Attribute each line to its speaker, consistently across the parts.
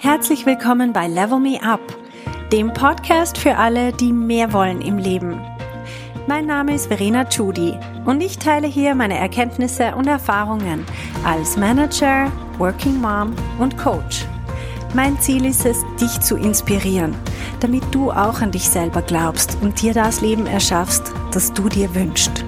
Speaker 1: Herzlich willkommen bei Level Me Up, dem Podcast für alle, die mehr wollen im Leben. Mein Name ist Verena Tschudi und ich teile hier meine Erkenntnisse und Erfahrungen als Manager, Working Mom und Coach. Mein Ziel ist es, dich zu inspirieren, damit du auch an dich selber glaubst und dir das Leben erschaffst, das du dir wünschst.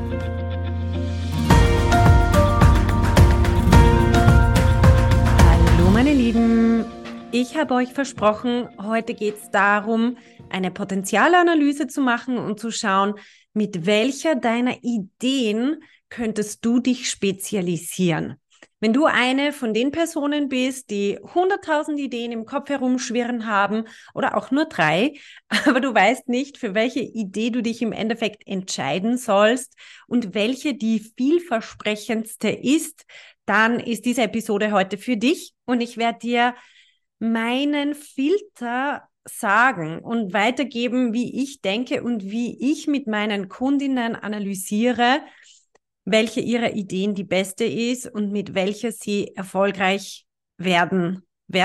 Speaker 1: Hallo meine Lieben! Ich habe euch versprochen, heute geht es darum, eine Potenzialanalyse zu machen und zu schauen, mit welcher deiner Ideen könntest du dich spezialisieren. Wenn du eine von den Personen bist, die 100.000 Ideen im Kopf herumschwirren haben oder auch nur 3, aber du weißt nicht, für welche Idee du dich im Endeffekt entscheiden sollst und welche die vielversprechendste ist, dann ist diese Episode heute für dich und ich werde dir meinen Filter sagen und weitergeben, wie ich denke und wie ich mit meinen Kundinnen analysiere, welche ihrer Ideen die beste ist und mit welcher sie erfolgreich werden.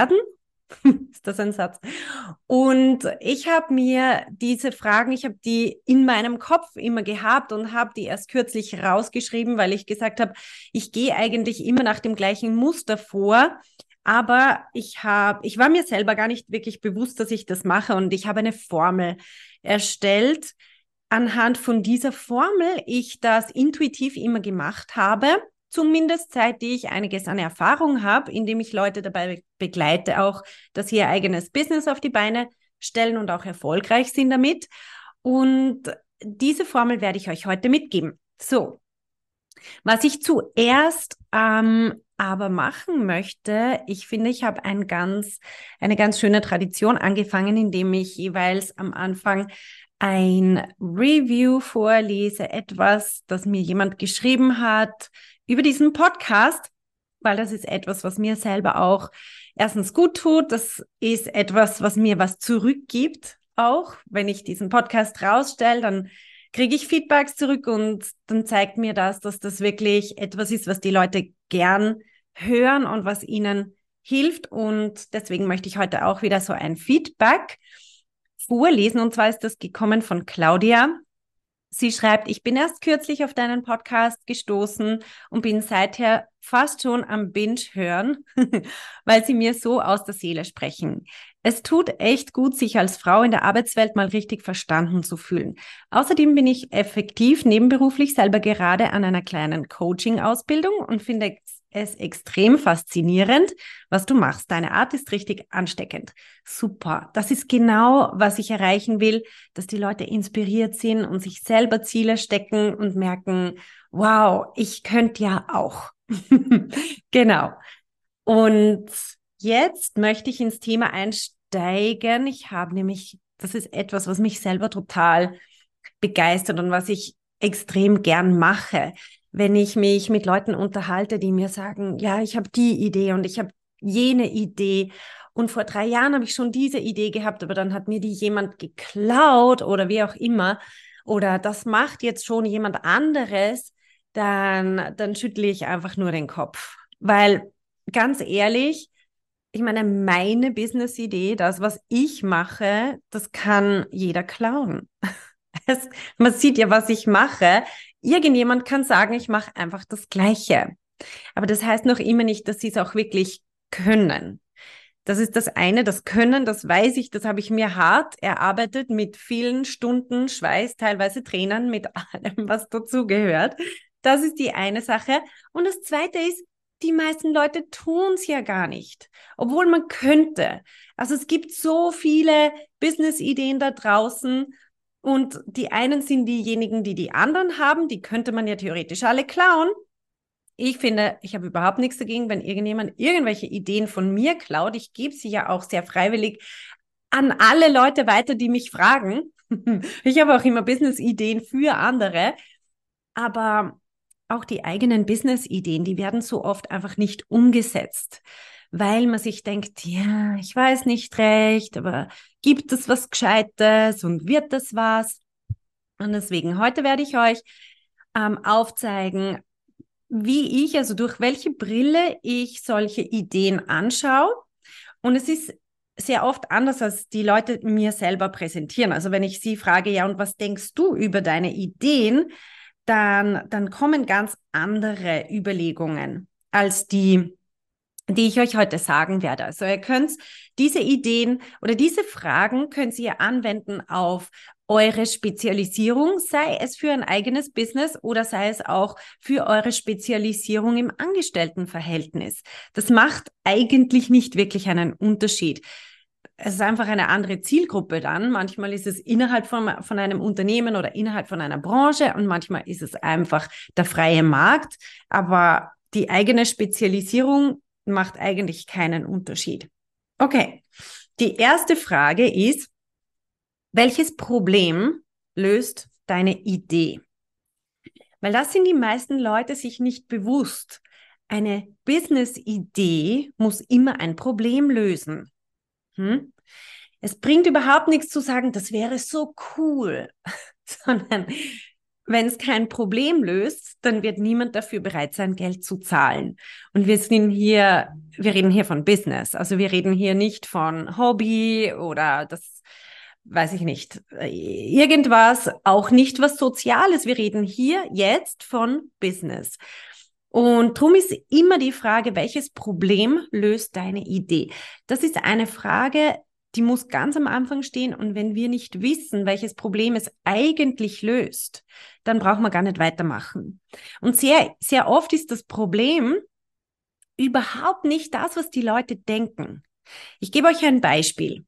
Speaker 1: Ist das ein Satz? Und ich habe mir diese Fragen, ich habe die in meinem Kopf immer gehabt und habe die erst kürzlich rausgeschrieben, weil ich gesagt habe, ich gehe eigentlich immer nach dem gleichen Muster vor. Aber ich war mir selber gar nicht wirklich bewusst, dass ich das mache und ich habe eine Formel erstellt. Anhand von dieser Formel ich das intuitiv immer gemacht habe, zumindest seit ich einiges an Erfahrung habe, indem ich Leute dabei begleite, auch, dass sie ihr eigenes Business auf die Beine stellen und auch erfolgreich sind damit. Und diese Formel werde ich euch heute mitgeben. So, was ich zuerst aber machen möchte, ich finde, ich habe eine ganz schöne Tradition angefangen, indem ich jeweils am Anfang ein Review vorlese, etwas, das mir jemand geschrieben hat über diesen Podcast, weil das ist etwas, was mir selber auch erstens gut tut. Das ist etwas, was mir was zurückgibt, auch wenn ich diesen Podcast rausstelle, dann kriege ich Feedbacks zurück und dann zeigt mir das, dass das wirklich etwas ist, was die Leute gern hören und was ihnen hilft. Und deswegen möchte ich heute auch wieder so ein Feedback vorlesen. Und zwar ist das gekommen von Claudia. Sie schreibt, ich bin erst kürzlich auf deinen Podcast gestoßen und bin seither fast schon am Binge hören, weil sie mir so aus der Seele sprechen. Es tut echt gut, sich als Frau in der Arbeitswelt mal richtig verstanden zu fühlen. Außerdem bin ich effektiv nebenberuflich selber gerade an einer kleinen Coaching-Ausbildung und finde es extrem faszinierend, was du machst. Deine Art ist richtig ansteckend. Super. Das ist genau, was ich erreichen will, dass die Leute inspiriert sind und sich selber Ziele stecken und merken, wow, ich könnte ja auch. Genau. Und jetzt möchte ich ins Thema einsteigen. Ich habe nämlich, das ist etwas, was mich selber total begeistert und was ich extrem gern mache, wenn ich mich mit Leuten unterhalte, die mir sagen, ja, ich habe die Idee und ich habe jene Idee und vor 3 Jahren habe ich schon diese Idee gehabt, aber dann hat mir die jemand geklaut oder wie auch immer oder das macht jetzt schon jemand anderes, dann schüttle ich einfach nur den Kopf, weil ganz ehrlich, ich meine, meine Business-Idee, das, was ich mache, das kann jeder klauen. Man sieht ja, was ich mache. Irgendjemand kann sagen, ich mache einfach das Gleiche. Aber das heißt noch immer nicht, dass sie es auch wirklich können. Das ist das eine, das Können, das weiß ich, das habe ich mir hart erarbeitet mit vielen Stunden Schweiß, teilweise Tränen, mit allem, was dazugehört. Das ist die eine Sache. Und das zweite ist, die meisten Leute tun es ja gar nicht, obwohl man könnte. Also es gibt so viele Business-Ideen da draußen und die einen sind diejenigen, die die anderen haben, die könnte man ja theoretisch alle klauen. Ich finde, ich habe überhaupt nichts dagegen, wenn irgendjemand irgendwelche Ideen von mir klaut. Ich gebe sie ja auch sehr freiwillig an alle Leute weiter, die mich fragen. Ich habe auch immer Business-Ideen für andere, aber auch die eigenen Business-Ideen, die werden so oft einfach nicht umgesetzt, weil man sich denkt, ja, ich weiß nicht recht, aber gibt es was Gescheites und wird das was? Und deswegen, heute werde ich euch aufzeigen, wie ich, also durch welche Brille ich solche Ideen anschaue. Und es ist sehr oft anders, als die Leute mir selber präsentieren. Also wenn ich sie frage, ja, und was denkst du über deine Ideen, dann kommen ganz andere Überlegungen als die ich euch heute sagen werde. Also ihr könnt diese Ideen oder diese Fragen könnt ihr anwenden auf eure Spezialisierung, sei es für ein eigenes Business oder sei es auch für eure Spezialisierung im Angestelltenverhältnis. Das macht eigentlich nicht wirklich einen Unterschied. Es ist einfach eine andere Zielgruppe dann. Manchmal ist es innerhalb von einem Unternehmen oder innerhalb von einer Branche und manchmal ist es einfach der freie Markt. Aber die eigene Spezialisierung macht eigentlich keinen Unterschied. Okay, die erste Frage ist, welches Problem löst deine Idee? Weil das sind die meisten Leute sich nicht bewusst. Eine Business-Idee muss immer ein Problem lösen. Es bringt überhaupt nichts zu sagen, das wäre so cool, sondern wenn es kein Problem löst, dann wird niemand dafür bereit sein, Geld zu zahlen. Und wir reden hier von Business. Also wir reden hier nicht von Hobby oder das, weiß ich nicht, irgendwas, auch nicht was Soziales. Wir reden hier jetzt von Business. Und darum ist immer die Frage, welches Problem löst deine Idee? Das ist eine Frage, die muss ganz am Anfang stehen. Und wenn wir nicht wissen, welches Problem es eigentlich löst, dann brauchen wir gar nicht weitermachen. Und sehr, sehr oft ist das Problem überhaupt nicht das, was die Leute denken. Ich gebe euch ein Beispiel.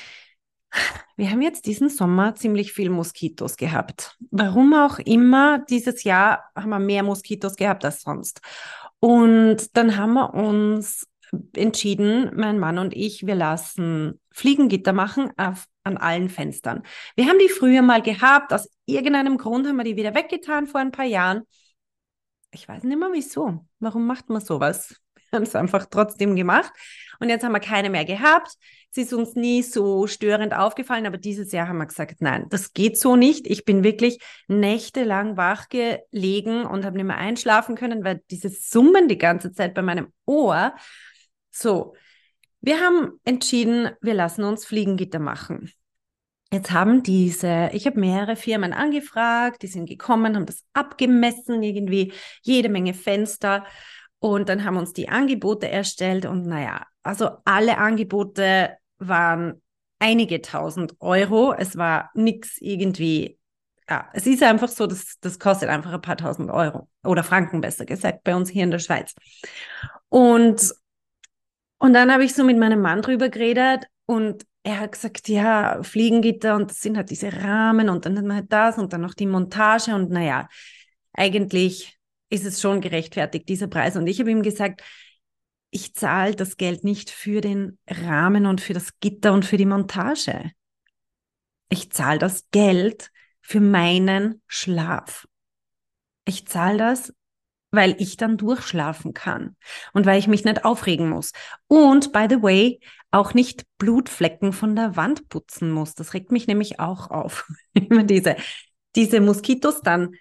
Speaker 1: Wir haben jetzt diesen Sommer ziemlich viel Moskitos gehabt. Warum auch immer, dieses Jahr haben wir mehr Moskitos gehabt als sonst. Und dann haben wir uns entschieden, mein Mann und ich, wir lassen Fliegengitter machen an allen Fenstern. Wir haben die früher mal gehabt, aus irgendeinem Grund haben wir die wieder weggetan vor ein paar Jahren. Ich weiß nicht mehr wieso. Warum macht man sowas? Wir haben es einfach trotzdem gemacht. Und jetzt haben wir keine mehr gehabt. Es ist uns nie so störend aufgefallen, aber dieses Jahr haben wir gesagt, nein, das geht so nicht. Ich bin wirklich nächtelang wach gelegen und habe nicht mehr einschlafen können, weil dieses Summen die ganze Zeit bei meinem Ohr. So, wir haben entschieden, wir lassen uns Fliegengitter machen. Jetzt ich habe mehrere Firmen angefragt, die sind gekommen, haben das abgemessen, irgendwie jede Menge Fenster und dann haben uns die Angebote erstellt und naja, also alle Angebote waren einige tausend Euro, es war nichts irgendwie, ja, es ist einfach so, das kostet einfach ein paar tausend Euro oder Franken besser gesagt, bei uns hier in der Schweiz. Und dann habe ich so mit meinem Mann drüber geredet und er hat gesagt, ja, Fliegengitter und das sind halt diese Rahmen und dann hat man halt das und dann noch die Montage und naja, eigentlich ist es schon gerechtfertigt, dieser Preis. Und ich habe ihm gesagt, ich zahle das Geld nicht für den Rahmen und für das Gitter und für die Montage. Ich zahle das Geld für meinen Schlaf. Ich zahle das, weil ich dann durchschlafen kann und weil ich mich nicht aufregen muss. Und, by the way, auch nicht Blutflecken von der Wand putzen muss. Das regt mich nämlich auch auf. Immer diese Moskitos dann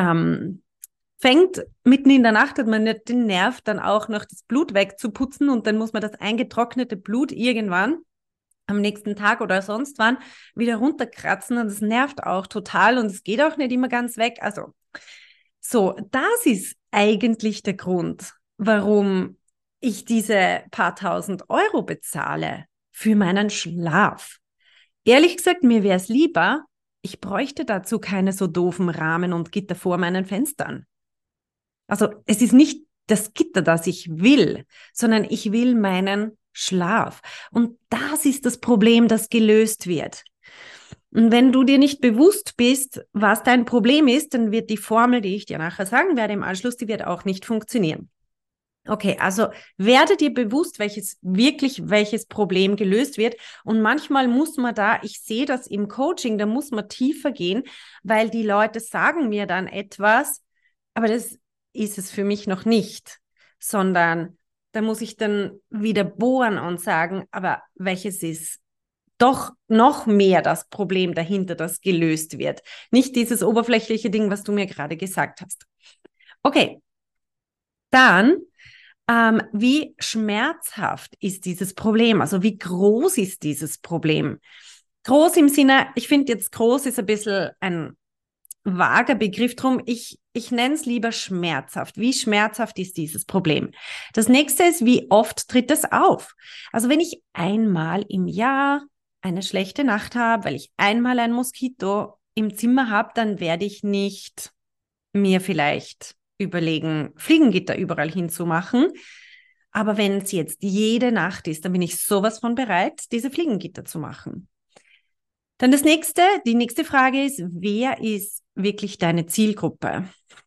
Speaker 1: fängt mitten in der Nacht, hat man nicht den Nerv, dann auch noch das Blut wegzuputzen und dann muss man das eingetrocknete Blut irgendwann am nächsten Tag oder sonst wann wieder runterkratzen und das nervt auch total und es geht auch nicht immer ganz weg. Also so, das ist eigentlich der Grund, warum ich diese paar tausend Euro bezahle für meinen Schlaf. Ehrlich gesagt, mir wäre es lieber, ich bräuchte dazu keine so doofen Rahmen und Gitter vor meinen Fenstern. Also es ist nicht das Gitter, das ich will, sondern ich will meinen Schlaf. Und das ist das Problem, das gelöst wird. Und wenn du dir nicht bewusst bist, was dein Problem ist, dann wird die Formel, die ich dir nachher sagen werde im Anschluss, die wird auch nicht funktionieren. Okay, also werde dir bewusst, welches Problem gelöst wird. Und manchmal muss man ich sehe das im Coaching, da muss man tiefer gehen, weil die Leute sagen mir dann etwas, aber das ist es für mich noch nicht, sondern da muss ich dann wieder bohren und sagen, aber welches ist doch noch mehr das Problem dahinter, das gelöst wird. Nicht dieses oberflächliche Ding, was du mir gerade gesagt hast. Okay, dann Wie schmerzhaft ist dieses Problem? Also wie groß ist dieses Problem? Groß im Sinne, ich finde jetzt groß ist ein bisschen ein vager Begriff drum. Ich nenne es lieber schmerzhaft. Wie schmerzhaft ist dieses Problem? Das nächste ist, wie oft tritt es auf? Also wenn ich einmal im Jahr eine schlechte Nacht habe, weil ich einmal ein Moskito im Zimmer habe, dann werde ich nicht mir vielleicht überlegen, Fliegengitter überall hinzumachen. Aber wenn es jetzt jede Nacht ist, dann bin ich sowas von bereit, diese Fliegengitter zu machen. Dann die nächste Frage ist, wer ist wirklich deine Zielgruppe?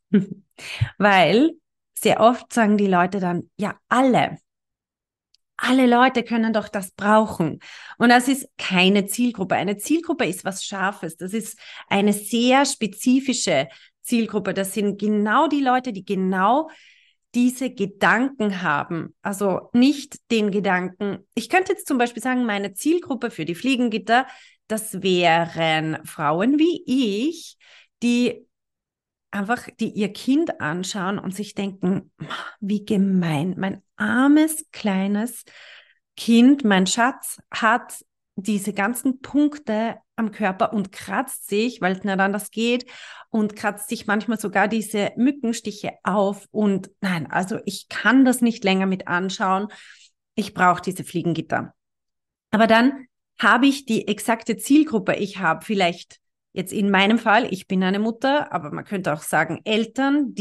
Speaker 1: Weil sehr oft sagen die Leute dann, ja, alle. Alle Leute können doch das brauchen. Und das ist keine Zielgruppe. Eine Zielgruppe ist was Scharfes. Das ist eine sehr spezifische Zielgruppe. Das sind genau die Leute, die genau diese Gedanken haben. Also nicht den Gedanken. Ich könnte jetzt zum Beispiel sagen, meine Zielgruppe für die Fliegengitter, das wären Frauen wie ich, die die ihr Kind anschauen und sich denken, wie gemein, mein armes, kleines Kind, mein Schatz hat diese ganzen Punkte am Körper und kratzt sich, weil es nicht anders geht, und kratzt sich manchmal sogar diese Mückenstiche auf. Und nein, also ich kann das nicht länger mit anschauen. Ich brauche diese Fliegengitter. Aber dann habe ich die exakte Zielgruppe. Ich habe vielleicht jetzt in meinem Fall, ich bin eine Mutter, aber man könnte auch sagen Eltern,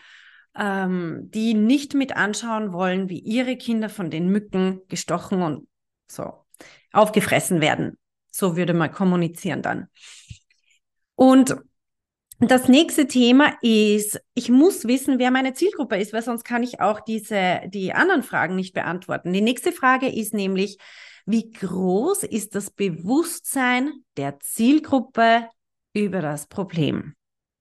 Speaker 1: die nicht mit anschauen wollen, wie ihre Kinder von den Mücken gestochen und so aufgefressen werden. So würde man kommunizieren dann. Und das nächste Thema ist, ich muss wissen, wer meine Zielgruppe ist, weil sonst kann ich auch die anderen Fragen nicht beantworten. Die nächste Frage ist nämlich, wie groß ist das Bewusstsein der Zielgruppe über das Problem?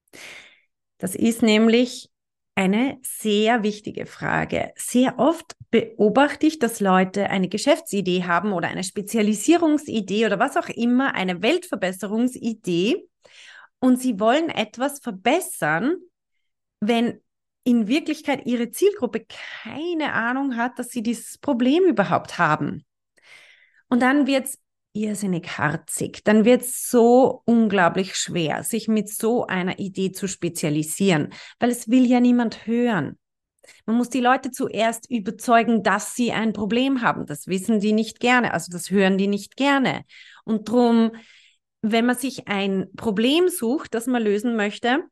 Speaker 1: Das ist nämlich eine sehr wichtige Frage. Sehr oft beobachte ich, dass Leute eine Geschäftsidee haben oder eine Spezialisierungsidee oder was auch immer, eine Weltverbesserungsidee, und sie wollen etwas verbessern, wenn in Wirklichkeit ihre Zielgruppe keine Ahnung hat, dass sie dieses Problem überhaupt haben. Und dann wird es irrsinnig harzig. Dann wird es so unglaublich schwer, sich mit so einer Idee zu spezialisieren, weil es will ja niemand hören. Man muss die Leute zuerst überzeugen, dass sie ein Problem haben. Das wissen die nicht gerne, also das hören die nicht gerne. Und drum, wenn man sich ein Problem sucht, das man lösen möchte,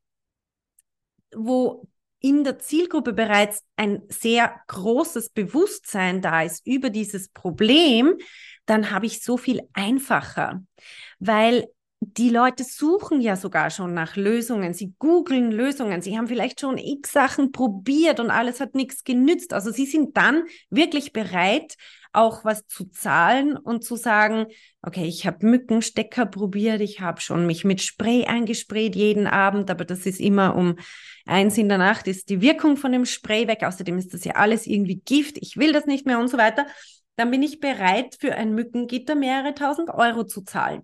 Speaker 1: wo in der Zielgruppe bereits ein sehr großes Bewusstsein da ist über dieses Problem, dann habe ich so viel einfacher, weil die Leute suchen ja sogar schon nach Lösungen. Sie googeln Lösungen. Sie haben vielleicht schon x Sachen probiert und alles hat nichts genützt. Also sie sind dann wirklich bereit, auch was zu zahlen und zu sagen, okay, ich habe Mückenstecker probiert, ich habe schon mich mit Spray eingesprayt jeden Abend, aber das ist immer um 1 in der Nacht, ist die Wirkung von dem Spray weg. Außerdem ist das ja alles irgendwie Gift. Ich will das nicht mehr und so weiter. Dann bin ich bereit, für ein Mückengitter mehrere tausend Euro zu zahlen.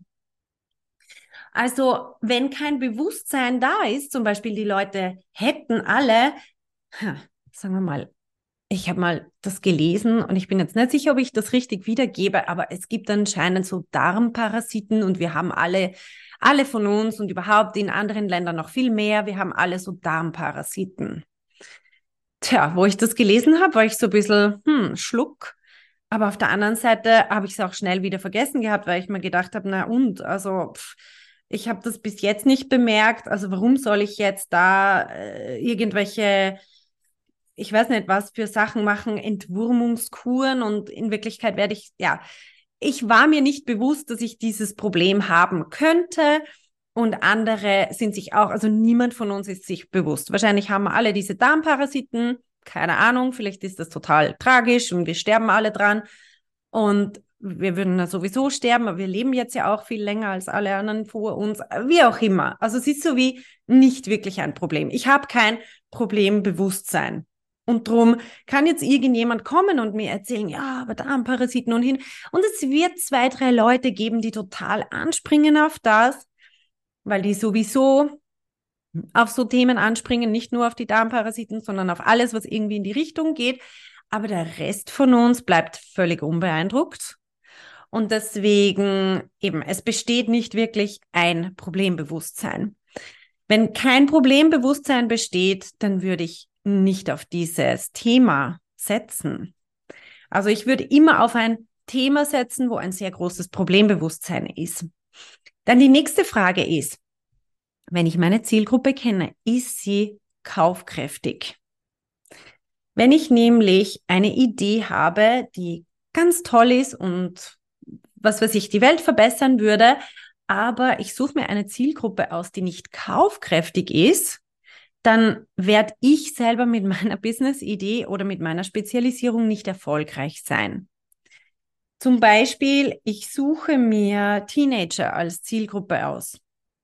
Speaker 1: Also wenn kein Bewusstsein da ist, zum Beispiel die Leute hätten alle, sagen wir mal, ich habe mal das gelesen und ich bin jetzt nicht sicher, ob ich das richtig wiedergebe, aber es gibt anscheinend so Darmparasiten und wir haben alle von uns und überhaupt in anderen Ländern noch viel mehr, wir haben alle so Darmparasiten. Tja, wo ich das gelesen habe, war ich so ein bisschen, Schluck. Aber auf der anderen Seite habe ich es auch schnell wieder vergessen gehabt, weil ich mir gedacht habe, na und, also ich habe das bis jetzt nicht bemerkt, also warum soll ich jetzt da irgendwelche, ich weiß nicht, was für Sachen machen, Entwurmungskuren, und in Wirklichkeit ich war mir nicht bewusst, dass ich dieses Problem haben könnte, und andere sind sich auch, also niemand von uns ist sich bewusst. Wahrscheinlich haben wir alle diese Darmparasiten, keine Ahnung, vielleicht ist das total tragisch und wir sterben alle dran und wir würden ja sowieso sterben, aber wir leben jetzt ja auch viel länger als alle anderen vor uns, wie auch immer. Also es ist so wie nicht wirklich ein Problem. Ich habe kein Problembewusstsein. Und drum kann jetzt irgendjemand kommen und mir erzählen, ja, aber Darmparasiten und hin. Und es wird 2, 3 Leute geben, die total anspringen auf das, weil die sowieso auf so Themen anspringen, nicht nur auf die Darmparasiten, sondern auf alles, was irgendwie in die Richtung geht. aber der Rest von uns bleibt völlig unbeeindruckt. Und deswegen eben, es besteht nicht wirklich ein Problembewusstsein. Wenn kein Problembewusstsein besteht, dann würde ich nicht auf dieses Thema setzen. Also ich würde immer auf ein Thema setzen, wo ein sehr großes Problembewusstsein ist. Dann die nächste Frage ist, wenn ich meine Zielgruppe kenne, ist sie kaufkräftig? Wenn ich nämlich eine Idee habe, die ganz toll ist und was weiß ich, die Welt verbessern würde, aber ich suche mir eine Zielgruppe aus, die nicht kaufkräftig ist, dann werde ich selber mit meiner Business-Idee oder mit meiner Spezialisierung nicht erfolgreich sein. Zum Beispiel, ich suche mir Teenager als Zielgruppe aus.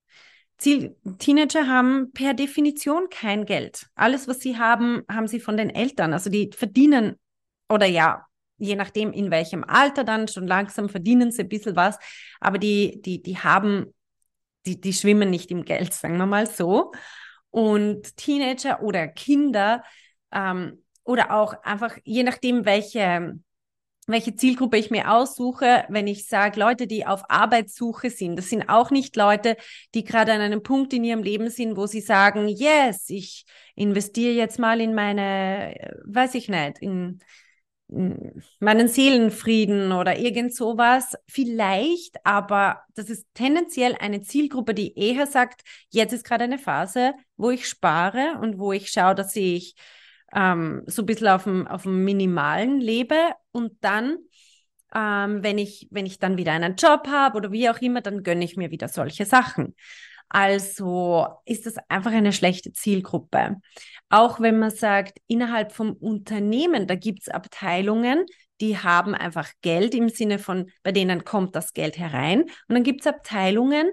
Speaker 1: Teenager haben per Definition kein Geld. Alles, was sie haben, haben sie von den Eltern. Also die verdienen, oder ja, je nachdem in welchem Alter dann, schon langsam verdienen sie ein bisschen was, aber die schwimmen nicht im Geld, sagen wir mal so. Und Teenager oder Kinder oder auch einfach, je nachdem, welche Zielgruppe ich mir aussuche, wenn ich sage, Leute, die auf Arbeitssuche sind. Das sind auch nicht Leute, die gerade an einem Punkt in ihrem Leben sind, wo sie sagen, yes, ich investiere jetzt mal in meine, weiß ich nicht, in meinen Seelenfrieden oder irgend sowas. Vielleicht, aber das ist tendenziell eine Zielgruppe, die eher sagt, jetzt ist gerade eine Phase, wo ich spare und wo ich schaue, dass ich so ein bisschen auf dem Minimalen lebe und dann, wenn ich dann wieder einen Job habe oder wie auch immer, dann gönne ich mir wieder solche Sachen. Also ist das einfach eine schlechte Zielgruppe. Auch wenn man sagt, innerhalb vom Unternehmen, da gibt es Abteilungen, die haben einfach Geld im Sinne von, bei denen kommt das Geld herein. Und dann gibt es Abteilungen,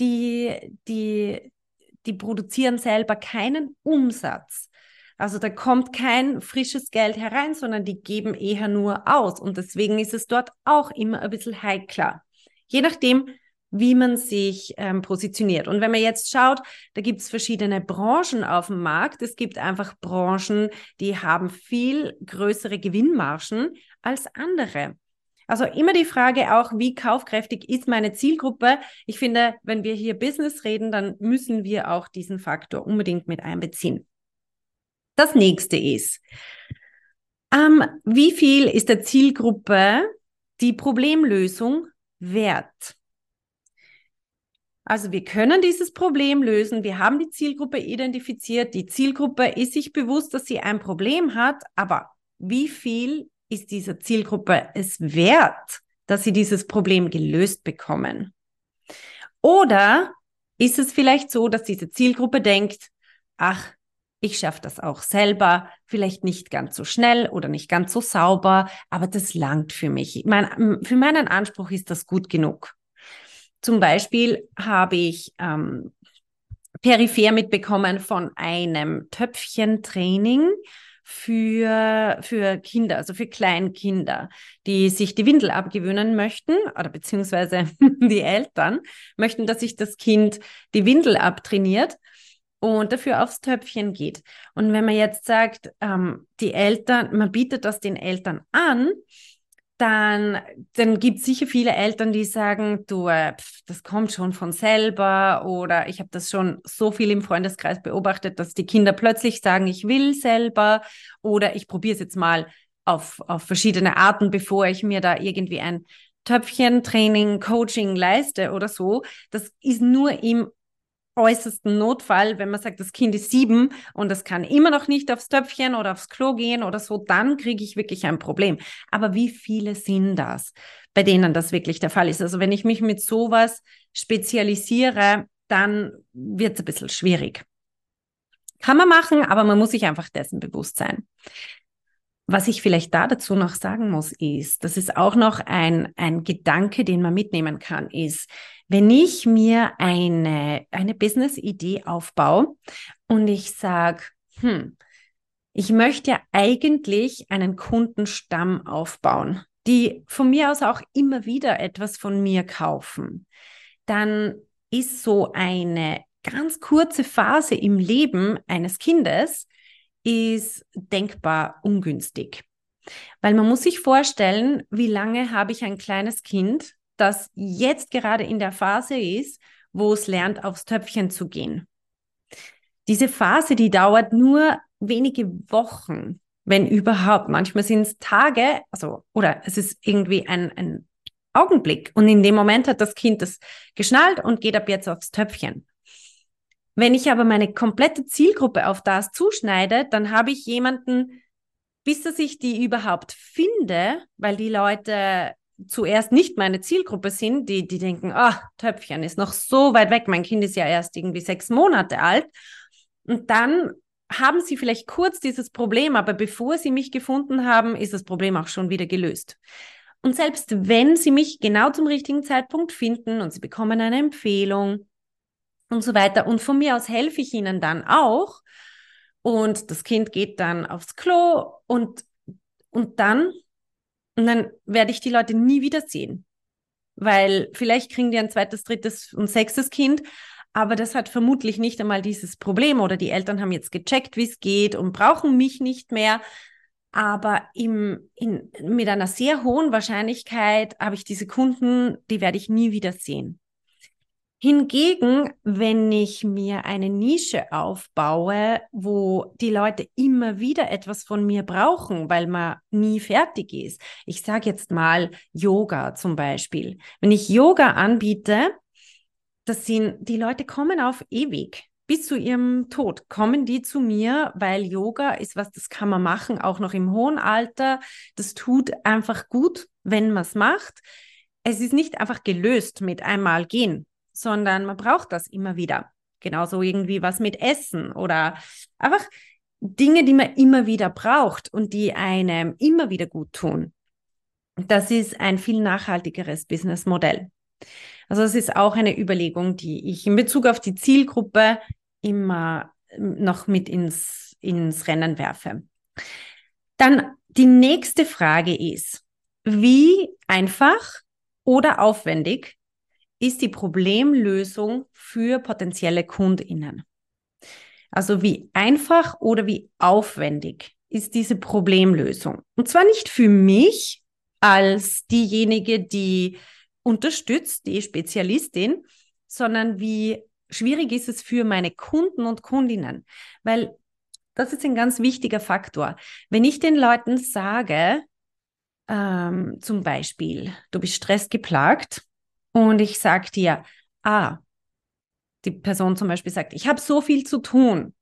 Speaker 1: die produzieren selber keinen Umsatz. Also da kommt kein frisches Geld herein, sondern die geben eher nur aus. Und deswegen ist es dort auch immer ein bisschen heikler. Je nachdem, wie man sich positioniert. Und wenn man jetzt schaut, da gibt es verschiedene Branchen auf dem Markt. Es gibt einfach Branchen, die haben viel größere Gewinnmargen als andere. Also immer die Frage auch, wie kaufkräftig ist meine Zielgruppe? Ich finde, wenn wir hier Business reden, dann müssen wir auch diesen Faktor unbedingt mit einbeziehen. Das nächste ist, wie viel ist der Zielgruppe die Problemlösung wert? Also wir können dieses Problem lösen, wir haben die Zielgruppe identifiziert, die Zielgruppe ist sich bewusst, dass sie ein Problem hat, aber wie viel ist dieser Zielgruppe es wert, dass sie dieses Problem gelöst bekommen? Oder ist es vielleicht so, dass diese Zielgruppe denkt, ach, ich schaffe das auch selber, vielleicht nicht ganz so schnell oder nicht ganz so sauber, aber das langt für mich. Für meinen Anspruch ist das gut genug. Zum Beispiel habe ich peripher mitbekommen von einem Töpfchentraining für Kinder, also für Kleinkinder, die sich die Windel abgewöhnen möchten oder beziehungsweise die Eltern möchten, dass sich das Kind die Windel abtrainiert und dafür aufs Töpfchen geht. Und wenn man jetzt sagt, die Eltern, man bietet das den Eltern an, dann gibt es sicher viele Eltern, die sagen, du, das kommt schon von selber oder ich habe das schon so viel im Freundeskreis beobachtet, dass die Kinder plötzlich sagen, ich will selber oder ich probiere es jetzt mal auf verschiedene Arten, bevor ich mir da irgendwie ein Töpfchen-Training, Coaching leiste oder so. Das ist nur im äußersten Notfall, wenn man sagt, das Kind ist 7 und es kann immer noch nicht aufs Töpfchen oder aufs Klo gehen oder so, dann kriege ich wirklich ein Problem. Aber wie viele sind das, bei denen das wirklich der Fall ist? Also wenn ich mich mit sowas spezialisiere, dann wird es ein bisschen schwierig. Kann man machen, aber man muss sich einfach dessen bewusst sein. Was ich vielleicht dazu noch sagen muss, ist, das ist auch noch ein Gedanke, den man mitnehmen kann, ist, wenn ich mir eine Business-Idee aufbaue und ich sage, ich möchte ja eigentlich einen Kundenstamm aufbauen, die von mir aus auch immer wieder etwas von mir kaufen, dann ist so eine ganz kurze Phase im Leben eines Kindes ist denkbar ungünstig. Weil man muss sich vorstellen, wie lange habe ich ein kleines Kind, das jetzt gerade in der Phase ist, wo es lernt, aufs Töpfchen zu gehen. Diese Phase, die dauert nur wenige Wochen, wenn überhaupt. Manchmal sind es Tage, oder es ist irgendwie ein Augenblick. Und in dem Moment hat das Kind das geschnallt und geht ab jetzt aufs Töpfchen. Wenn ich aber meine komplette Zielgruppe auf das zuschneide, dann habe ich jemanden, bis dass ich die überhaupt finde, weil die Leute zuerst nicht meine Zielgruppe sind, die denken, Töpfchen ist noch so weit weg, mein Kind ist ja erst irgendwie 6 Monate alt. Und dann haben sie vielleicht kurz dieses Problem, aber bevor sie mich gefunden haben, ist das Problem auch schon wieder gelöst. Und selbst wenn sie mich genau zum richtigen Zeitpunkt finden und sie bekommen eine Empfehlung und so weiter, und von mir aus helfe ich ihnen dann auch, und das Kind geht dann aufs Klo und dann werde ich die Leute nie wiedersehen. Weil vielleicht kriegen die ein zweites, drittes und sechstes Kind, aber das hat vermutlich nicht einmal dieses Problem oder die Eltern haben jetzt gecheckt, wie es geht und brauchen mich nicht mehr. Aber mit einer sehr hohen Wahrscheinlichkeit habe ich diese Kunden, die werde ich nie wiedersehen. Hingegen, wenn ich mir eine Nische aufbaue, wo die Leute immer wieder etwas von mir brauchen, weil man nie fertig ist. Ich sage jetzt mal Yoga zum Beispiel. Wenn ich Yoga anbiete, die Leute kommen auf ewig. Bis zu ihrem Tod kommen die zu mir, weil Yoga ist was, das kann man machen, auch noch im hohen Alter. Das tut einfach gut, wenn man es macht. Es ist nicht einfach gelöst mit einmal gehen, sondern man braucht das immer wieder. Genauso irgendwie was mit Essen oder einfach Dinge, die man immer wieder braucht und die einem immer wieder gut tun. Das ist ein viel nachhaltigeres Businessmodell. Also es ist auch eine Überlegung, die ich in Bezug auf die Zielgruppe immer noch mit ins Rennen werfe. Dann die nächste Frage ist, wie einfach oder aufwendig ist die Problemlösung für potenzielle KundInnen? Also wie einfach oder wie aufwendig ist diese Problemlösung? Und zwar nicht für mich als diejenige, die unterstützt, die Spezialistin, sondern wie schwierig ist es für meine Kunden und Kundinnen? Weil das ist ein ganz wichtiger Faktor. Wenn ich den Leuten sage, zum Beispiel, du bist stressgeplagt und ich sage dir, die Person zum Beispiel sagt, ich habe so viel zu tun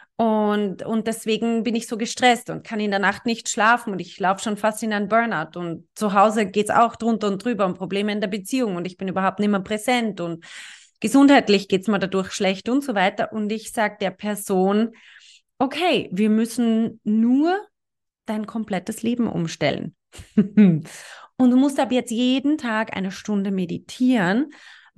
Speaker 1: und deswegen bin ich so gestresst und kann in der Nacht nicht schlafen und ich laufe schon fast in einen Burnout und zu Hause geht es auch drunter und drüber und Probleme in der Beziehung und ich bin überhaupt nicht mehr präsent und gesundheitlich geht es mir dadurch schlecht und so weiter. Und ich sage der Person, okay, wir müssen nur dein komplettes Leben umstellen. Und du musst ab jetzt jeden Tag eine Stunde meditieren,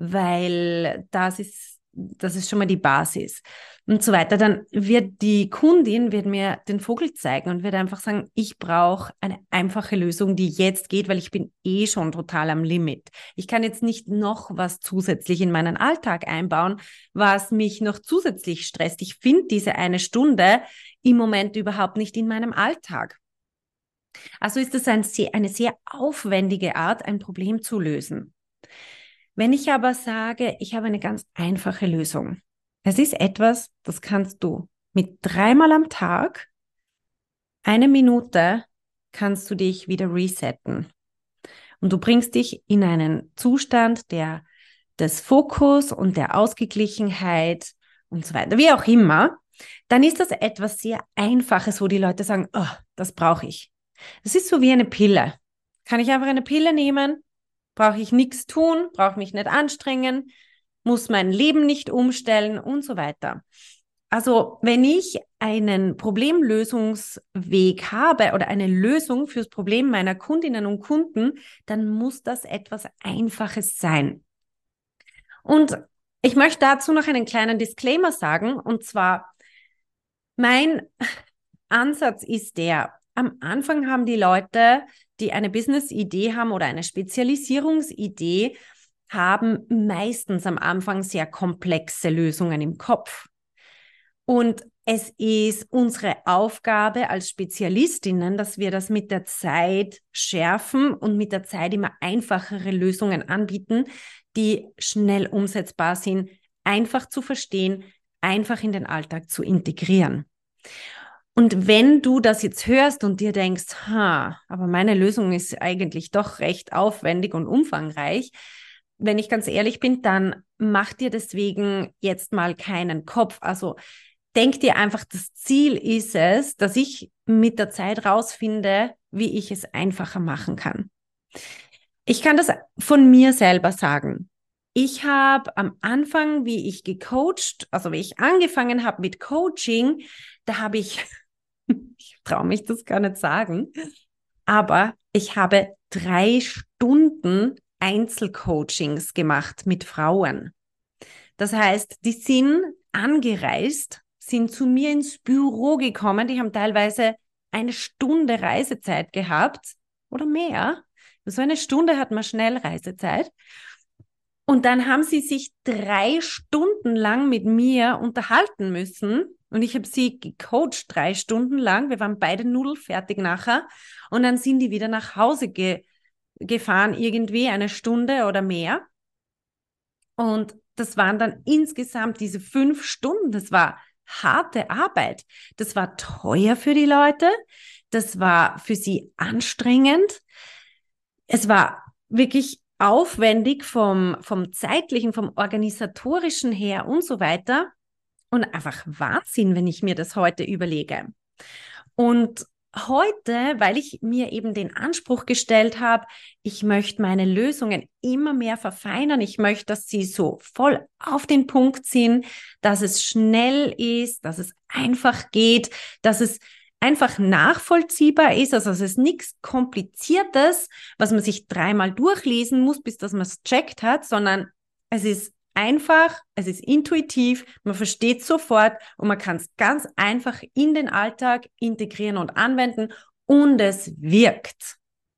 Speaker 1: weil das ist schon mal die Basis und so weiter. Dann wird die Kundin mir den Vogel zeigen und wird einfach sagen, ich brauche eine einfache Lösung, die jetzt geht, weil ich bin eh schon total am Limit. Ich kann jetzt nicht noch was zusätzlich in meinen Alltag einbauen, was mich noch zusätzlich stresst. Ich finde diese eine Stunde im Moment überhaupt nicht in meinem Alltag. Also ist es eine sehr aufwendige Art, ein Problem zu lösen. Wenn ich aber sage, ich habe eine ganz einfache Lösung. Es ist etwas, das kannst du mit 3-mal am Tag, 1 Minute, kannst du dich wieder resetten. Und du bringst dich in einen Zustand des Fokus und der Ausgeglichenheit und so weiter, wie auch immer. Dann ist das etwas sehr Einfaches, wo die Leute sagen, oh, das brauche ich. Das ist so wie eine Pille. Kann ich einfach eine Pille nehmen? Brauche ich nichts tun? Brauche mich nicht anstrengen? Muss mein Leben nicht umstellen und so weiter. Also wenn ich einen Problemlösungsweg habe oder eine Lösung fürs Problem meiner Kundinnen und Kunden, dann muss das etwas Einfaches sein. Und ich möchte dazu noch einen kleinen Disclaimer sagen, und zwar mein Ansatz ist am Anfang haben die Leute, die eine Business-Idee haben oder eine Spezialisierungsidee, haben meistens am Anfang sehr komplexe Lösungen im Kopf. Und es ist unsere Aufgabe als Spezialistinnen, dass wir das mit der Zeit schärfen und mit der Zeit immer einfachere Lösungen anbieten, die schnell umsetzbar sind, einfach zu verstehen, einfach in den Alltag zu integrieren. Und wenn du das jetzt hörst und dir denkst, aber meine Lösung ist eigentlich doch recht aufwendig und umfangreich, wenn ich ganz ehrlich bin, dann mach dir deswegen jetzt mal keinen Kopf. Also denk dir einfach, das Ziel ist es, dass ich mit der Zeit rausfinde, wie ich es einfacher machen kann. Ich kann das von mir selber sagen. Ich habe am Anfang, wie ich angefangen habe mit Coaching, da habe ich, ich traue mich das gar nicht sagen, aber ich habe 3 Stunden Einzelcoachings gemacht mit Frauen. Das heißt, die sind angereist, sind zu mir ins Büro gekommen, die haben teilweise eine Stunde Reisezeit gehabt oder mehr. So eine Stunde hat man schnell Reisezeit. Und dann haben sie sich 3 Stunden lang mit mir unterhalten müssen. Und ich habe sie gecoacht 3 Stunden lang. Wir waren beide nudelfertig nachher. Und dann sind die wieder nach Hause gefahren, irgendwie 1 Stunde oder mehr. Und das waren dann insgesamt diese 5 Stunden. Das war harte Arbeit. Das war teuer für die Leute. Das war für sie anstrengend. Es war wirklich aufwendig vom zeitlichen, vom organisatorischen her und so weiter. Und einfach Wahnsinn, wenn ich mir das heute überlege. Und heute, weil ich mir eben den Anspruch gestellt habe, ich möchte meine Lösungen immer mehr verfeinern. Ich möchte, dass sie so voll auf den Punkt sind, dass es schnell ist, dass es einfach geht, dass es einfach nachvollziehbar ist, also es ist nichts Kompliziertes, was man sich 3-mal durchlesen muss, bis dass man es checkt hat, sondern es ist einfach, es ist intuitiv, man versteht sofort und man kann es ganz einfach in den Alltag integrieren und anwenden und es wirkt.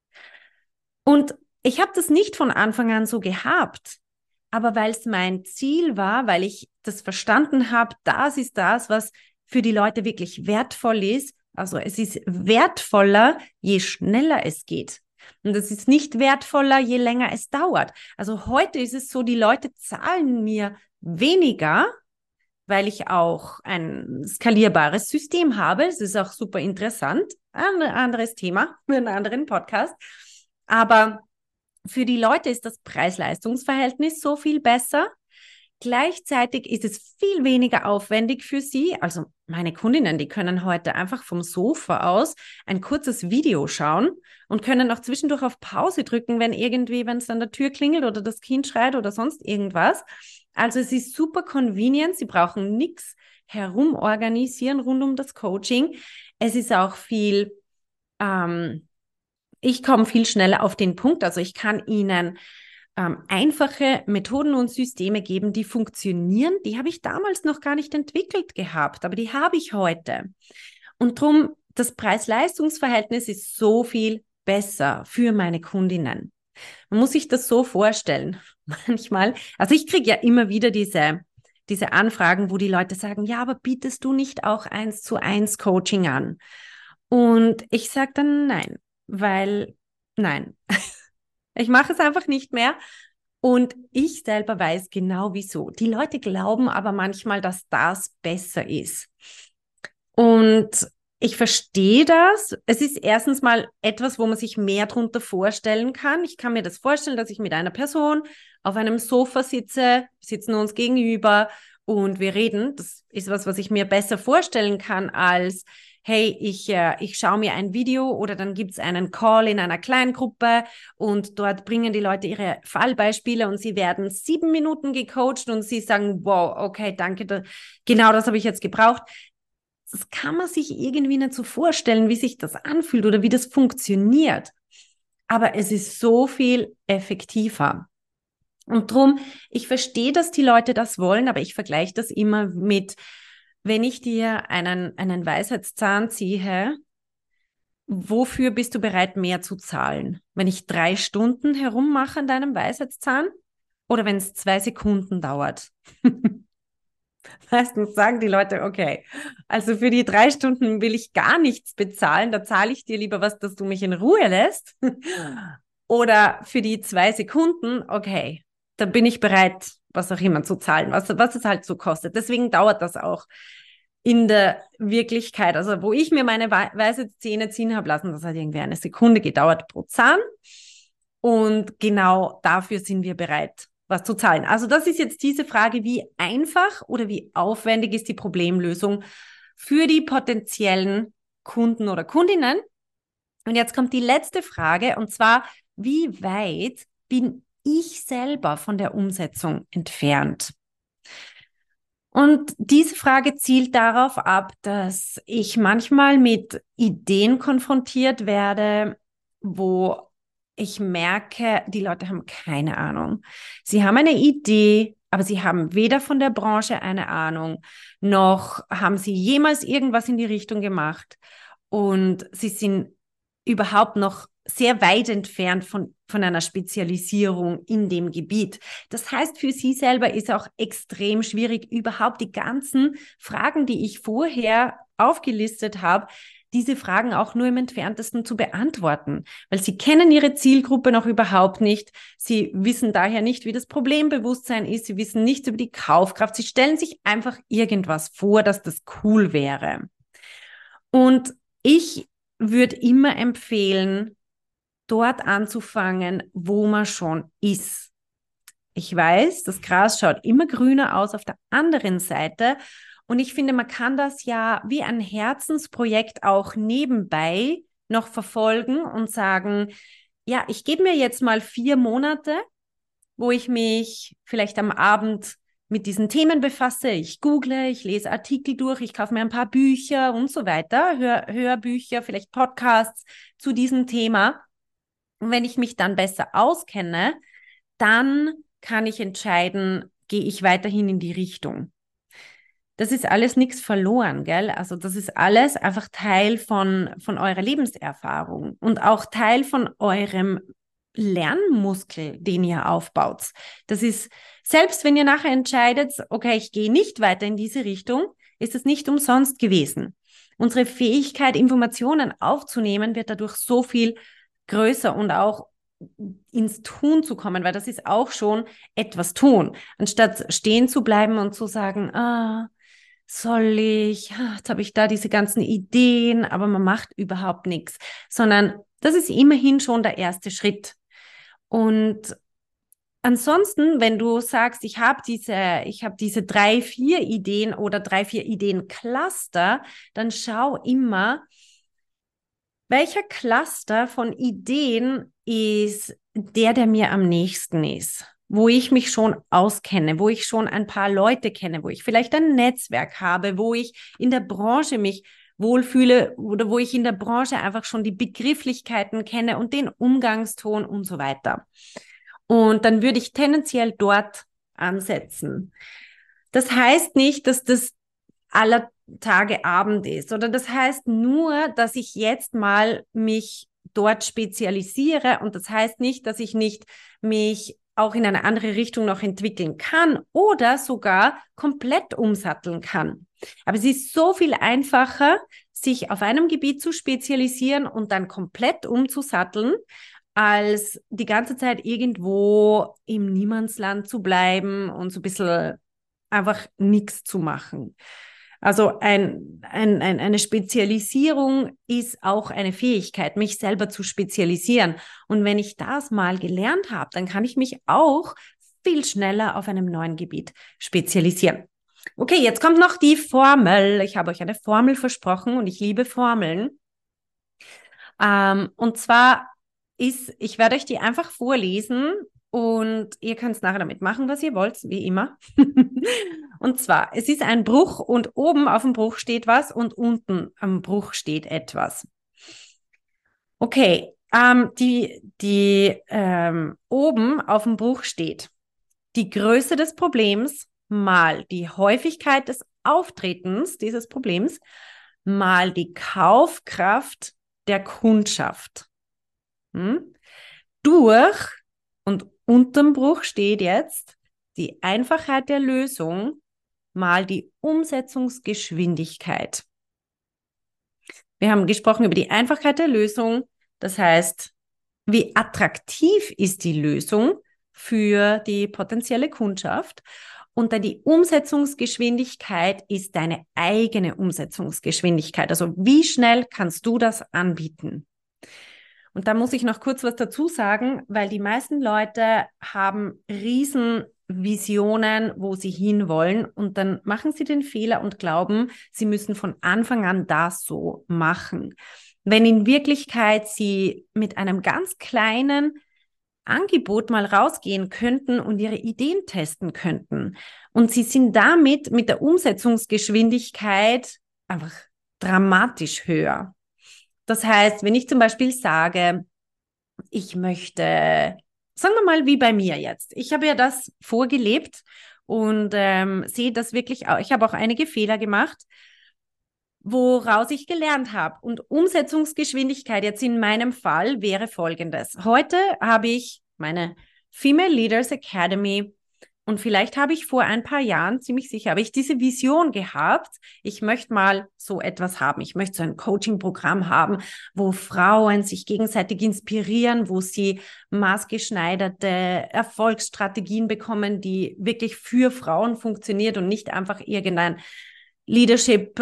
Speaker 1: Und ich habe das nicht von Anfang an so gehabt, aber weil es mein Ziel war, weil ich das verstanden habe, das ist das, was für die Leute wirklich wertvoll ist. Also es ist wertvoller, je schneller es geht. Und es ist nicht wertvoller, je länger es dauert. Also heute ist es so, die Leute zahlen mir weniger, weil ich auch ein skalierbares System habe. Es ist auch super interessant. Ein anderes Thema für einen anderen Podcast. Aber für die Leute ist das Preis-Leistungs-Verhältnis so viel besser. Gleichzeitig ist es viel weniger aufwendig für sie. Also meine Kundinnen, die können heute einfach vom Sofa aus ein kurzes Video schauen und können auch zwischendurch auf Pause drücken, wenn es an der Tür klingelt oder das Kind schreit oder sonst irgendwas. Also es ist super convenient. Sie brauchen nichts herumorganisieren rund um das Coaching. Es ist auch ich komme viel schneller auf den Punkt. Also ich kann Ihnen einfache Methoden und Systeme geben, die funktionieren. Die habe ich damals noch gar nicht entwickelt gehabt, aber die habe ich heute. Und darum, das Preis-Leistungs-Verhältnis ist so viel besser für meine Kundinnen. Man muss sich das so vorstellen. Manchmal, also ich kriege ja immer wieder diese Anfragen, wo die Leute sagen, ja, aber bietest du nicht auch 1:1 Coaching an? Und ich sage dann nein, weil nein. Ich mache es einfach nicht mehr. Und ich selber weiß genau wieso. Die Leute glauben aber manchmal, dass das besser ist. Und ich verstehe das. Es ist erstens mal etwas, wo man sich mehr drunter vorstellen kann. Ich kann mir das vorstellen, dass ich mit einer Person auf einem Sofa sitze, sitzen uns gegenüber und wir reden. Das ist was ich mir besser vorstellen kann als hey, ich schaue mir ein Video oder dann gibt's einen Call in einer Kleingruppe und dort bringen die Leute ihre Fallbeispiele und sie werden 7 Minuten gecoacht und sie sagen, wow, okay, danke, genau das habe ich jetzt gebraucht. Das kann man sich irgendwie nicht so vorstellen, wie sich das anfühlt oder wie das funktioniert. Aber es ist so viel effektiver. Und drum, ich verstehe, dass die Leute das wollen, aber ich vergleiche das immer mit, wenn ich dir einen Weisheitszahn ziehe, wofür bist du bereit, mehr zu zahlen? Wenn ich 3 Stunden herummache an deinem Weisheitszahn oder wenn es 2 Sekunden dauert? Meistens sagen die Leute, okay, also für die 3 Stunden will ich gar nichts bezahlen, da zahle ich dir lieber was, dass du mich in Ruhe lässt. Oder für die 2 Sekunden, okay, da bin ich bereit, was auch immer zu zahlen, was es halt so kostet. Deswegen dauert das auch in der Wirklichkeit. Also wo ich mir meine weiße Zähne ziehen habe lassen, das hat irgendwie eine Sekunde gedauert pro Zahn. Und genau dafür sind wir bereit, was zu zahlen. Also das ist jetzt diese Frage, wie einfach oder wie aufwendig ist die Problemlösung für die potenziellen Kunden oder Kundinnen. Und jetzt kommt die letzte Frage, und zwar, wie weit bin ich selber von der Umsetzung entfernt? Und diese Frage zielt darauf ab, dass ich manchmal mit Ideen konfrontiert werde, wo ich merke, die Leute haben keine Ahnung. Sie haben eine Idee, aber sie haben weder von der Branche eine Ahnung, noch haben sie jemals irgendwas in die Richtung gemacht. Und sie sind überhaupt noch sehr weit entfernt von einer Spezialisierung in dem Gebiet. Das heißt, für sie selber ist auch extrem schwierig, überhaupt die ganzen Fragen, die ich vorher aufgelistet habe, diese Fragen auch nur im Entferntesten zu beantworten, weil sie kennen ihre Zielgruppe noch überhaupt nicht. Sie wissen daher nicht, wie das Problembewusstsein ist. Sie wissen nichts über die Kaufkraft. Sie stellen sich einfach irgendwas vor, dass das cool wäre. Und ich würde immer empfehlen, dort anzufangen, wo man schon ist. Ich weiß, das Gras schaut immer grüner aus auf der anderen Seite. Und ich finde, man kann das ja wie ein Herzensprojekt auch nebenbei noch verfolgen und sagen, ja, ich gebe mir jetzt mal 4 Monate, wo ich mich vielleicht am Abend mit diesen Themen befasse. Ich google, ich lese Artikel durch, ich kaufe mir ein paar Bücher und so weiter, Hörbücher, vielleicht Podcasts zu diesem Thema. Und wenn ich mich dann besser auskenne, dann kann ich entscheiden, gehe ich weiterhin in die Richtung. Das ist alles nichts verloren, gell? Also das ist alles einfach Teil von eurer Lebenserfahrung und auch Teil von eurem Lernmuskel, den ihr aufbaut. Das ist, selbst wenn ihr nachher entscheidet, okay, ich gehe nicht weiter in diese Richtung, ist es nicht umsonst gewesen. Unsere Fähigkeit, Informationen aufzunehmen, wird dadurch so viel größer und auch ins Tun zu kommen, weil das ist auch schon etwas tun, anstatt stehen zu bleiben und zu sagen, soll ich, jetzt habe ich da diese ganzen Ideen, aber man macht überhaupt nichts, sondern das ist immerhin schon der erste Schritt. Und ansonsten, wenn du sagst, ich habe diese 3, 4 Ideen oder 3, 4 Ideen-Cluster, dann schau immer, welcher Cluster von Ideen ist der mir am nächsten ist, wo ich mich schon auskenne, wo ich schon ein paar Leute kenne, wo ich vielleicht ein Netzwerk habe, wo ich in der Branche mich wohlfühle oder wo ich in der Branche einfach schon die Begrifflichkeiten kenne und den Umgangston und so weiter. Und dann würde ich tendenziell dort ansetzen. Das heißt nicht, dass das aller Tage Abend ist, oder das heißt nur, dass ich jetzt mal mich dort spezialisiere, und das heißt nicht, dass ich nicht mich auch in eine andere Richtung noch entwickeln kann oder sogar komplett umsatteln kann. Aber es ist so viel einfacher, sich auf einem Gebiet zu spezialisieren und dann komplett umzusatteln, als die ganze Zeit irgendwo im Niemandsland zu bleiben und so ein bisschen einfach nichts zu machen. Also eine Spezialisierung ist auch eine Fähigkeit, mich selber zu spezialisieren. Und wenn ich das mal gelernt habe, dann kann ich mich auch viel schneller auf einem neuen Gebiet spezialisieren. Okay, jetzt kommt noch die Formel. Ich habe euch eine Formel versprochen und ich liebe Formeln. Und zwar ich werde euch die einfach vorlesen und ihr könnt nachher damit machen, was ihr wollt, wie immer. Und zwar, es ist ein Bruch und oben auf dem Bruch steht was und unten am Bruch steht etwas. Okay, oben auf dem Bruch steht die Größe des Problems mal die Häufigkeit des Auftretens dieses Problems mal die Kaufkraft der Kundschaft. Durch und unterm Bruch steht jetzt die Einfachheit der Lösung mal die Umsetzungsgeschwindigkeit. Wir haben gesprochen über die Einfachheit der Lösung, das heißt, wie attraktiv ist die Lösung für die potenzielle Kundschaft. Und dann die Umsetzungsgeschwindigkeit ist deine eigene Umsetzungsgeschwindigkeit. Also wie schnell kannst du das anbieten? Und da muss ich noch kurz was dazu sagen, weil die meisten Leute haben Riesenvisionen, wo sie hinwollen, und dann machen sie den Fehler und glauben, sie müssen von Anfang an das so machen. Wenn in Wirklichkeit sie mit einem ganz kleinen Angebot mal rausgehen könnten und ihre Ideen testen könnten. Und sie sind damit mit der Umsetzungsgeschwindigkeit einfach dramatisch höher. Das heißt, wenn ich zum Beispiel sage, ich möchte, sagen wir mal wie bei mir jetzt, ich habe ja das vorgelebt und sehe das wirklich auch, ich habe auch einige Fehler gemacht, woraus ich gelernt habe. Und Umsetzungsgeschwindigkeit jetzt in meinem Fall wäre folgendes. Heute habe ich meine Female Leaders Academy und vielleicht habe ich vor ein paar Jahren, ziemlich sicher, habe ich diese Vision gehabt, ich möchte mal so etwas haben. Ich möchte so ein Coaching-Programm haben, wo Frauen sich gegenseitig inspirieren, wo sie maßgeschneiderte Erfolgsstrategien bekommen, die wirklich für Frauen funktioniert und nicht einfach irgendein Leadership,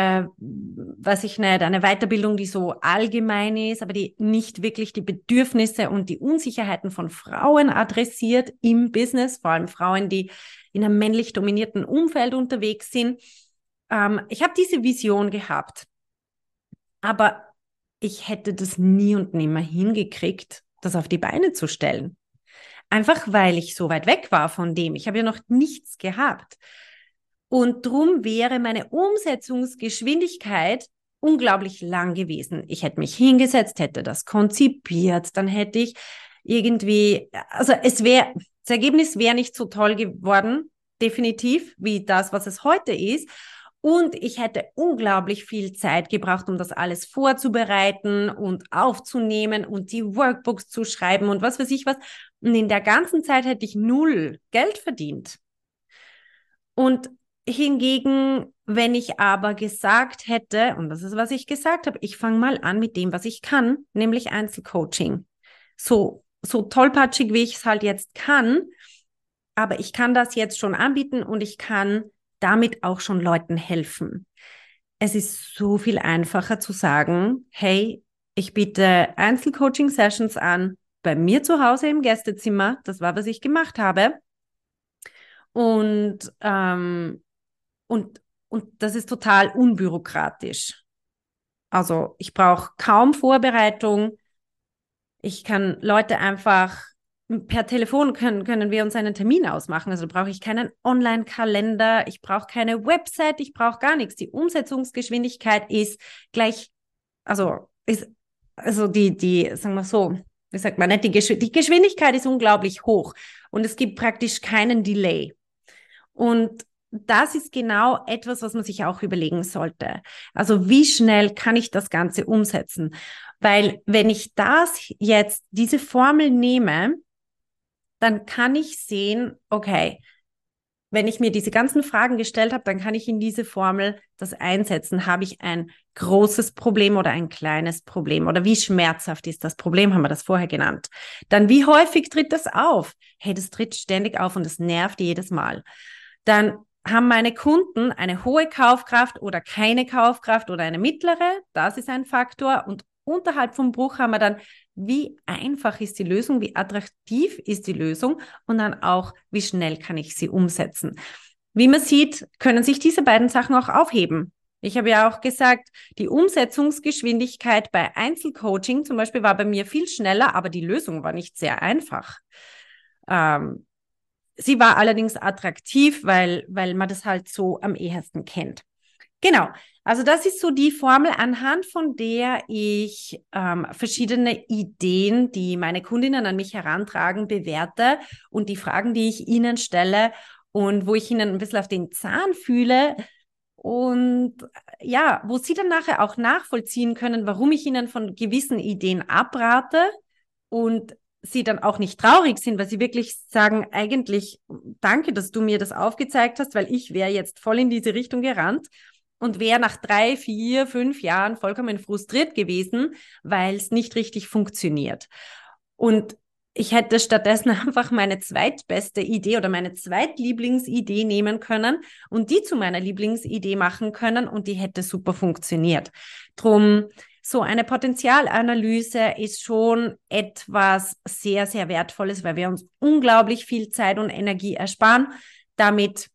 Speaker 1: weiß ich nicht, eine Weiterbildung, die so allgemein ist, aber die nicht wirklich die Bedürfnisse und die Unsicherheiten von Frauen adressiert im Business, vor allem Frauen, die in einem männlich dominierten Umfeld unterwegs sind. Ich habe diese Vision gehabt, aber ich hätte das nie und nimmer hingekriegt, das auf die Beine zu stellen. Einfach weil ich so weit weg war von dem. Ich habe ja noch nichts gehabt. Und drum wäre meine Umsetzungsgeschwindigkeit unglaublich lang gewesen. Ich hätte mich hingesetzt, hätte das konzipiert, dann hätte ich irgendwie, also das Ergebnis wäre nicht so toll geworden, definitiv, wie das, was es heute ist. Und ich hätte unglaublich viel Zeit gebraucht, um das alles vorzubereiten und aufzunehmen und die Workbooks zu schreiben und was weiß ich was. Und in der ganzen Zeit hätte ich null Geld verdient. Und hingegen, wenn ich aber gesagt hätte, und das ist, was ich gesagt habe, ich fange mal an mit dem, was ich kann, nämlich Einzelcoaching. So tollpatschig, wie ich es halt jetzt kann, aber ich kann das jetzt schon anbieten und ich kann damit auch schon Leuten helfen. Es ist so viel einfacher zu sagen, hey, ich biete Einzelcoaching-Sessions an, bei mir zu Hause im Gästezimmer, das war, was ich gemacht habe. Und und das ist total unbürokratisch. Also ich brauche kaum Vorbereitung. Ich kann Leute einfach per Telefon können wir uns einen Termin ausmachen. Also brauche ich keinen Online-Kalender, ich brauche keine Website, ich brauche gar nichts. Die Umsetzungsgeschwindigkeit ist gleich, also die, sagen wir so, wie sagt man nicht, die Geschwindigkeit ist unglaublich hoch und es gibt praktisch keinen Delay. Und das ist genau etwas, was man sich auch überlegen sollte. Also wie schnell kann ich das Ganze umsetzen? Weil wenn ich diese Formel nehme, dann kann ich sehen, okay, wenn ich mir diese ganzen Fragen gestellt habe, dann kann ich in diese Formel das einsetzen. Habe ich ein großes Problem oder ein kleines Problem? Oder wie schmerzhaft ist das Problem? Haben wir das vorher genannt. Dann wie häufig tritt das auf? Hey, das tritt ständig auf und das nervt jedes Mal. Dann haben meine Kunden eine hohe Kaufkraft oder keine Kaufkraft oder eine mittlere. Das ist ein Faktor. Und unterhalb vom Bruch haben wir dann, wie einfach ist die Lösung, wie attraktiv ist die Lösung und dann auch, wie schnell kann ich sie umsetzen. Wie man sieht, können sich diese beiden Sachen auch aufheben. Ich habe ja auch gesagt, die Umsetzungsgeschwindigkeit bei Einzelcoaching zum Beispiel war bei mir viel schneller, aber die Lösung war nicht sehr einfach. Sie war allerdings attraktiv, weil man das halt so am ehesten kennt. Genau, also das ist so die Formel, anhand von der ich verschiedene Ideen, die meine Kundinnen an mich herantragen, bewerte und die Fragen, die ich ihnen stelle und wo ich ihnen ein bisschen auf den Zahn fühle und ja, wo sie dann nachher auch nachvollziehen können, warum ich ihnen von gewissen Ideen abrate und sie dann auch nicht traurig sind, weil sie wirklich sagen, eigentlich danke, dass du mir das aufgezeigt hast, weil ich wäre jetzt voll in diese Richtung gerannt und wäre nach 3, 4, 5 Jahren vollkommen frustriert gewesen, weil es nicht richtig funktioniert. Und ich hätte stattdessen einfach meine zweitbeste Idee oder meine zweitlieblingsidee nehmen können und die zu meiner Lieblingsidee machen können und die hätte super funktioniert. Drum, so eine Potenzialanalyse ist schon etwas sehr, sehr Wertvolles, weil wir uns unglaublich viel Zeit und Energie ersparen damit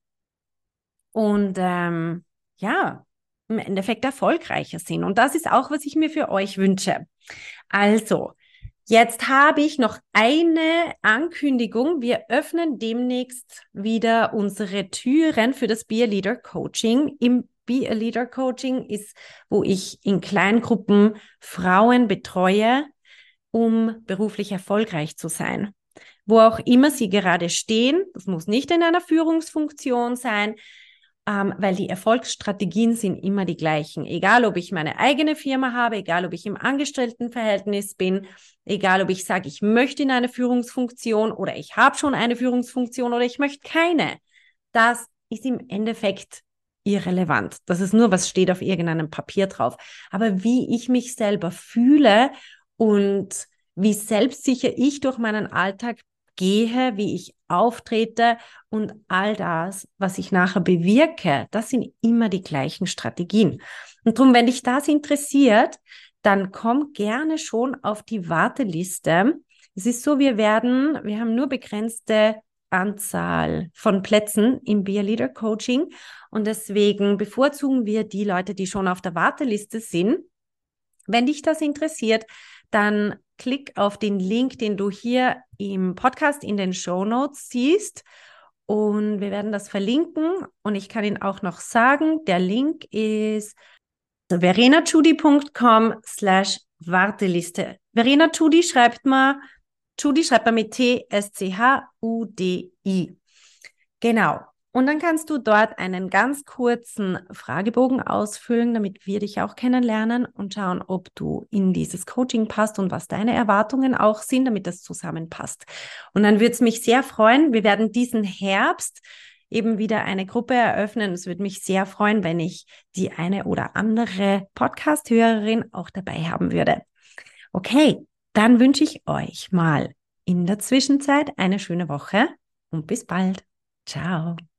Speaker 1: und ja, im Endeffekt erfolgreicher sind. Und das ist auch, was ich mir für euch wünsche. Also, jetzt habe ich noch eine Ankündigung. Wir öffnen demnächst wieder unsere Türen für das Be a Leader Coaching. Im Be a Leader Coaching ist, wo ich in Kleingruppen Frauen betreue, um beruflich erfolgreich zu sein. Wo auch immer sie gerade stehen, das muss nicht in einer Führungsfunktion sein, weil die Erfolgsstrategien sind immer die gleichen. Egal, ob ich meine eigene Firma habe, egal, ob ich im Angestelltenverhältnis bin, egal, ob ich sage, ich möchte in eine Führungsfunktion oder ich habe schon eine Führungsfunktion oder ich möchte keine. Das ist im Endeffekt irrelevant. Das ist nur, was steht auf irgendeinem Papier drauf. Aber wie ich mich selber fühle und wie selbstsicher ich durch meinen Alltag gehe, wie ich auftrete und all das, was ich nachher bewirke, das sind immer die gleichen Strategien. Und darum, wenn dich das interessiert, dann komm gerne schon auf die Warteliste. Es ist so, wir haben nur begrenzte Anzahl von Plätzen im Be a Leader Coaching und deswegen bevorzugen wir die Leute, die schon auf der Warteliste sind. Wenn dich das interessiert, dann klick auf den Link, den du hier im Podcast in den Shownotes siehst und wir werden das verlinken und ich kann ihn auch noch sagen, der Link ist verenachudi.com/Warteliste. Verena Tschudi schreibt man mit T-S-C-H-U-D-I. Genau. Und dann kannst du dort einen ganz kurzen Fragebogen ausfüllen, damit wir dich auch kennenlernen und schauen, ob du in dieses Coaching passt und was deine Erwartungen auch sind, damit das zusammenpasst. Und dann würde es mich sehr freuen. Wir werden diesen Herbst eben wieder eine Gruppe eröffnen. Es würde mich sehr freuen, wenn ich die eine oder andere Podcast-Hörerin auch dabei haben würde. Okay, dann wünsche ich euch mal in der Zwischenzeit eine schöne Woche und bis bald. Ciao.